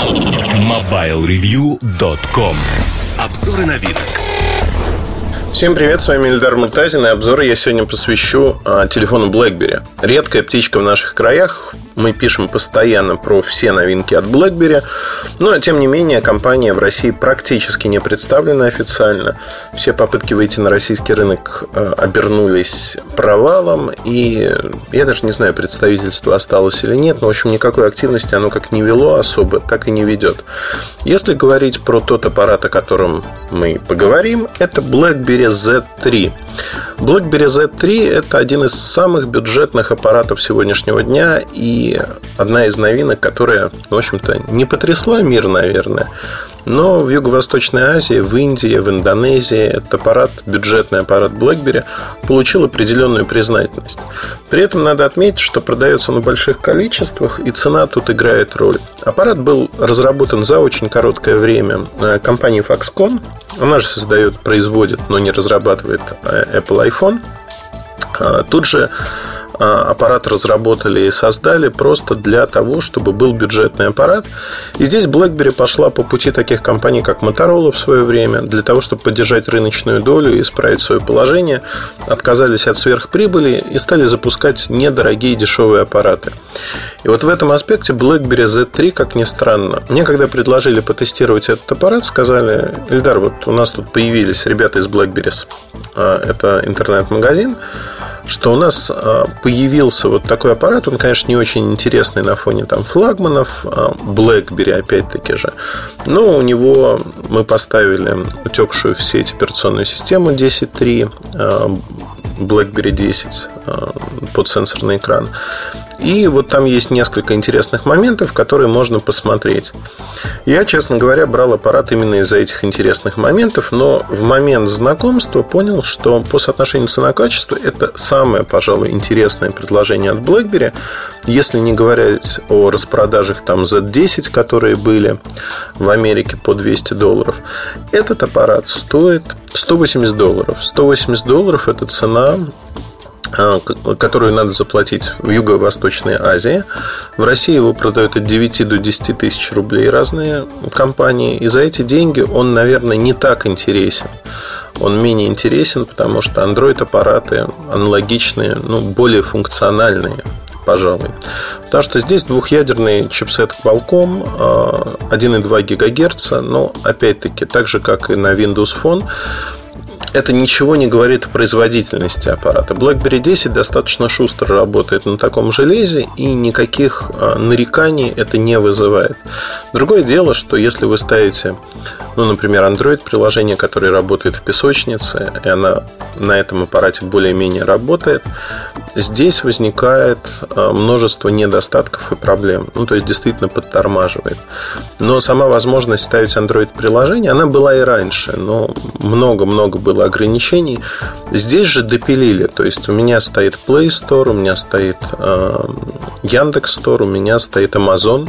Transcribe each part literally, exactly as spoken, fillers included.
мобайл ревью точка ком. Обзоры новинок. Всем привет, с вами Эльдар Муртазин, и обзоры я сегодня посвящу а, телефону BlackBerry. Редкая птичка в наших краях. Мы пишем постоянно про все новинки от BlackBerry. Но, тем не менее, компания в России практически не представлена официально. Все попытки выйти на российский рынок а, обернулись провалом. И я даже не знаю, представительство осталось или нет. Но, в общем, никакой активности оно как не вело особо, так и не ведет. Если говорить про тот аппарат, о котором мы поговорим, это BlackBerry зет три. BlackBerry зет три – это один из самых бюджетных аппаратов сегодняшнего дня и одна из новинок, которая, в общем-то, не потрясла мир, наверное. Но в Юго-Восточной Азии, в Индии, в Индонезии этот аппарат, бюджетный аппарат BlackBerry, получил определенную признательность. При этом надо отметить, что продается он в больших количествах, и цена тут играет роль. Аппарат был разработан за очень короткое время компанией Foxconn. Она же создает, производит, но не разрабатывает Apple iPhone. Тут же аппарат разработали и создали просто для того, чтобы был бюджетный аппарат. И здесь BlackBerry пошла по пути таких компаний, как Motorola в свое время. Для того, чтобы поддержать рыночную долю и исправить свое положение, отказались от сверхприбыли и стали запускать недорогие дешевые аппараты. И вот в этом аспекте BlackBerry зет три, как ни странно. Мне когда предложили потестировать этот аппарат, сказали: Эльдар, вот у нас тут появились ребята из BlackBerry, это интернет-магазин, что у нас появился вот такой аппарат. Он, конечно, не очень интересный на фоне там флагманов BlackBerry, опять-таки же. Но у него мы поставили утекшую в сеть операционную систему десять три, BlackBerry десять под сенсорный экран. И вот там есть несколько интересных моментов, которые можно посмотреть. Я, честно говоря, брал аппарат именно из-за этих интересных моментов, но в момент знакомства понял, что по соотношению цена-качество это самое, пожалуй, интересное предложение от BlackBerry. Если не говорить о распродажах там зет десять, которые были в Америке по двести долларов, этот аппарат стоит сто восемьдесят долларов. сто восемьдесят долларов – это цена, которую надо заплатить в Юго-Восточной Азии. В России его продают от девяти до десяти тысяч рублей разные компании. И за эти деньги он, наверное, не так интересен. Он менее интересен, потому что Android-аппараты аналогичные, ну, более функциональные, пожалуй. Потому что здесь двухъядерный чипсет Qualcomm, один и два гигагерца. Но, опять-таки, так же, как и на Windows Phone, это ничего не говорит о производительности аппарата. BlackBerry десять достаточно шустро работает на таком железе, и никаких нареканий это не вызывает. Другое дело, что если вы ставите, ну, например, Android-приложение, которое работает в песочнице, и она на этом аппарате более-менее работает, здесь возникает множество недостатков и проблем. Ну, то есть, действительно подтормаживает. Но сама возможность ставить Android-приложение, она была и раньше, но много-много было ограничений. Здесь же допилили. То есть, у меня стоит Play Store, у меня стоит э, Яндекс.Стор, у меня стоит Amazon.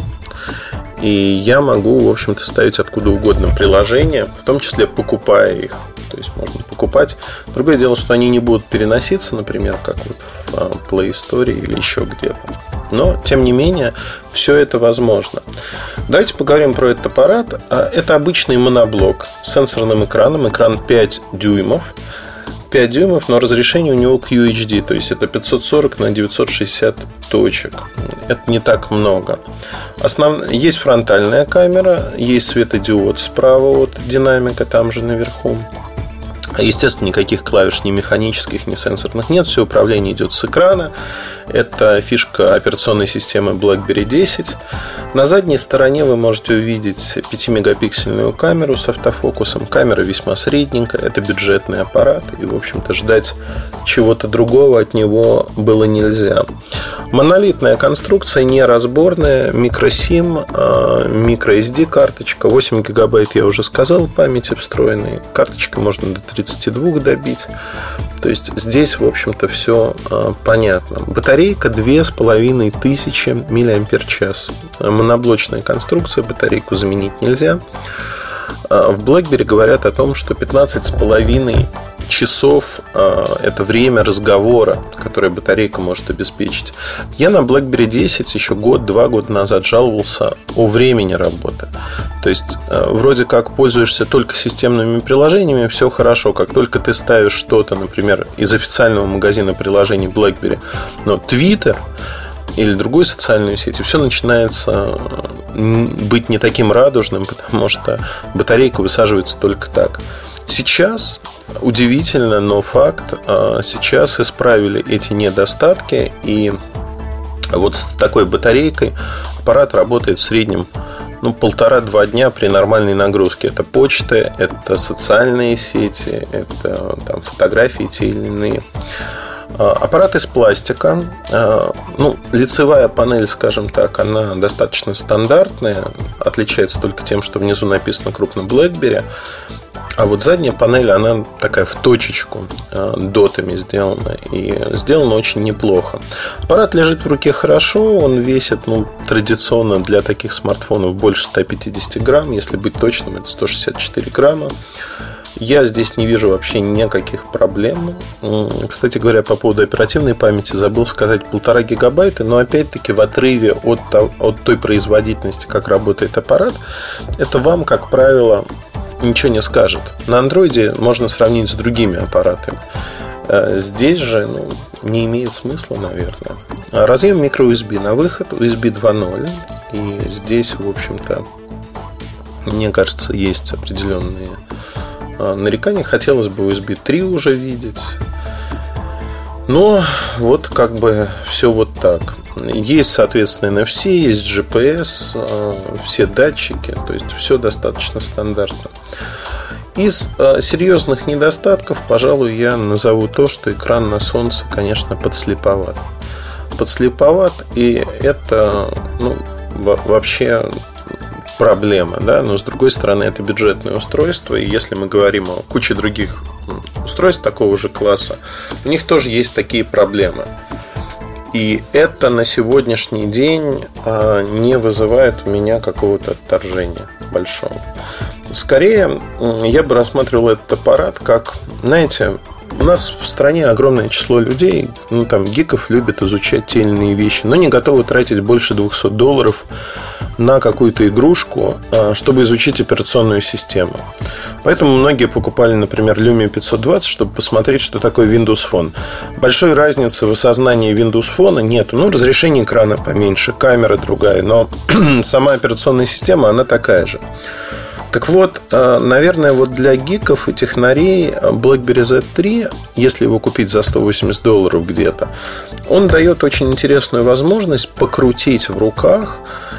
И я могу, в общем-то, ставить откуда угодно приложения, в том числе покупая их. То есть можно покупать. Другое дело, что они не будут переноситься, например, как вот в Play Store или еще где-то. Но, тем не менее, все это возможно. Давайте поговорим про этот аппарат. Это обычный моноблок с сенсорным экраном. Экран пять дюймов. пять дюймов, но разрешение у него кью эйч ди. То есть это пятьсот сорок на девятьсот шестьдесят точек. Это не так много. Основ... Есть фронтальная камера. Есть светодиод справа от динамика, там же наверху. Естественно, никаких клавиш ни механических, ни сенсорных нет. Все управление идет с экрана. Это фишка операционной системы BlackBerry десять. На задней стороне вы можете увидеть пятимегапиксельную камеру с автофокусом. Камера весьма средненькая. Это бюджетный аппарат. И, в общем-то, ждать чего-то другого от него было нельзя. Монолитная конструкция, неразборная. Микросим, microSD карточка. восемь гигабайт, я уже сказал, памяти встроенной. Карточкой можно до тридцати двух добить. То есть здесь, в общем-то, все понятно. Батарейка две с половиной тысячи миллиампер-час. Моноблочная конструкция, батарейку заменить нельзя. В BlackBerry говорят о том, что пятнадцать с половиной часов это время разговора, которое батарейка может обеспечить. Я на BlackBerry десять еще год-два года назад жаловался о времени работы. То есть вроде как пользуешься только системными приложениями, все хорошо. Как только ты ставишь что-то, например, из официального магазина приложений BlackBerry, но Twitter или другую социальную сеть, и все начинается быть не таким радужным, потому что батарейка высаживается только так. Сейчас, удивительно, но факт, сейчас исправили эти недостатки, и вот с такой батарейкой аппарат работает в среднем ну, полтора-два дня при нормальной нагрузке. Это почта, это социальные сети, это там, фотографии те или иные. Аппарат из пластика. Ну, лицевая панель, скажем так, она достаточно стандартная. Отличается только тем, что внизу написано крупно BlackBerry. А вот задняя панель, она такая в точечку, дотами сделана. И сделана очень неплохо. Аппарат лежит в руке хорошо. Он весит, ну, традиционно для таких смартфонов больше ста пятидесяти грамм. Если быть точным, это сто шестьдесят четыре грамма. Я здесь не вижу вообще никаких проблем. Кстати говоря, по поводу оперативной памяти забыл сказать полтора гигабайта. Но опять-таки в отрыве от, от той производительности, как работает аппарат, это вам, как правило, ничего не скажет. На андроиде можно сравнить с другими аппаратами. Здесь же ну, не имеет смысла, наверное. Разъем microUSB на выход, ю эс би два ноль. И здесь, в общем-то, мне кажется, есть определенные нарекания. Хотелось бы ю эс би три уже видеть. Но вот как бы все вот так. Есть, соответственно, эн эф си, есть джи пи эс, все датчики. То есть все достаточно стандартно. Из серьезных недостатков, пожалуй, я назову то, что экран на солнце, конечно, подслеповат. Подслеповат, и это ну, вообще проблема, да? Но с другой стороны, это бюджетное устройство. И если мы говорим о куче других устройств такого же класса, у них тоже есть такие проблемы. И это на сегодняшний день не вызывает у меня какого-то отторжения большого. Скорее, я бы рассматривал этот аппарат как, знаете, у нас в стране огромное число людей, ну там гиков, любят изучать те или иные вещи, но не готовы тратить больше двухсот долларов на какую-то игрушку, чтобы изучить операционную систему. Поэтому многие покупали, например, Lumia пятьсот двадцать, чтобы посмотреть, что такое Windows Phone. Большой разницы в осознании Windows Phone нету. Ну, разрешение экрана поменьше, камера другая, но сама операционная система, она такая же. Так вот, наверное, вот для гиков и технарей BlackBerry зет три, если его купить за сто восемьдесят долларов где-то, он дает очень интересную возможность покрутить в руках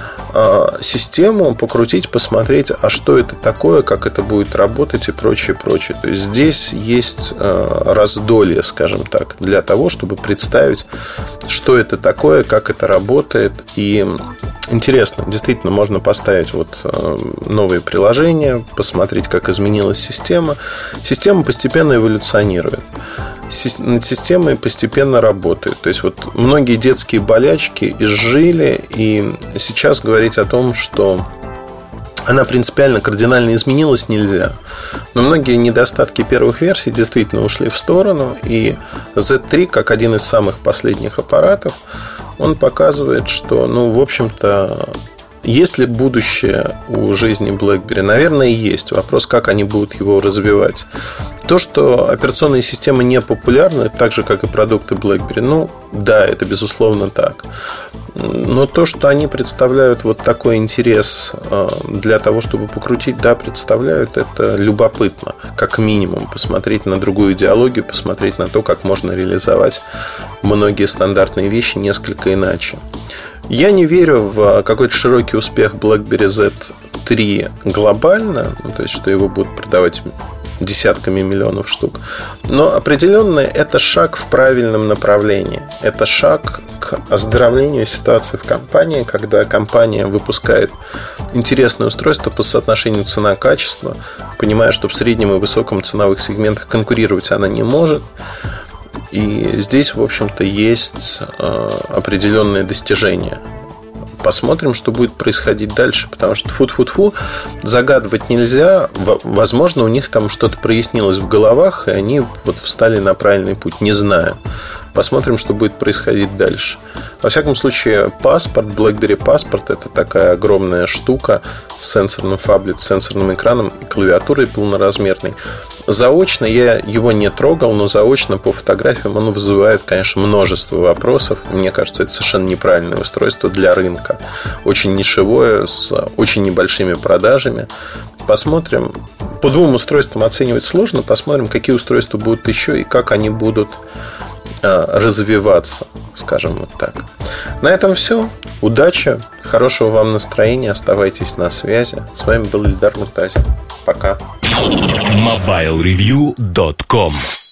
систему, покрутить, посмотреть, а что это такое, как это будет работать и прочее, прочее. То есть здесь есть раздолье, скажем так, для того, чтобы представить, что это такое, как это работает. И интересно, действительно, можно поставить вот новые приложения, посмотреть, как изменилась система. Система постепенно эволюционирует. Над системой постепенно работает. То есть вот многие детские болячки изжили, и сейчас говорить о том, что она принципиально, кардинально изменилась, нельзя. Но многие недостатки первых версий действительно ушли в сторону. И зет три, как один из самых последних аппаратов, он показывает, что, ну, в общем-то, есть ли будущее у жизни BlackBerry? Наверное, есть. Вопрос, как они будут его развивать. То, что операционные системы не популярны, так же, как и продукты BlackBerry, ну, да, это безусловно так. Но то, что они представляют вот такой интерес для того, чтобы покрутить, да, представляют, это любопытно. Как минимум, посмотреть на другую идеологию, посмотреть на то, как можно реализовать многие стандартные вещи несколько иначе. Я не верю в какой-то широкий успех BlackBerry зет три глобально, ну, то есть, что его будут продавать десятками миллионов штук. Но определенно это шаг в правильном направлении. Это шаг к оздоровлению ситуации в компании, когда компания выпускает интересное устройство по соотношению цена-качество, понимая, что в среднем и высоком ценовых сегментах конкурировать она не может. И здесь, в общем-то, есть определенные достижения посмотрим, что будет происходить дальше. Потому что фу-фу-фу, загадывать нельзя. Возможно, у них там что-то прояснилось в головах, и они вот встали на правильный путь. Не знаю. Посмотрим, что будет происходить дальше. Во всяком случае, паспорт, BlackBerry паспорт — это такая огромная штука с сенсорным фаблет, с сенсорным экраном и клавиатурой полноразмерной. Заочно я его не трогал, но заочно по фотографиям оно вызывает, конечно, множество вопросов. Мне кажется, это совершенно неправильное устройство для рынка. Очень нишевое, с очень небольшими продажами. Посмотрим. По двум устройствам оценивать сложно. Посмотрим, какие устройства будут еще и как они будут развиваться, скажем вот так. На этом все. Удачи, хорошего вам настроения. Оставайтесь на связи. С вами был Ильдар Муртазин. Пока. мобайл ревью точка ком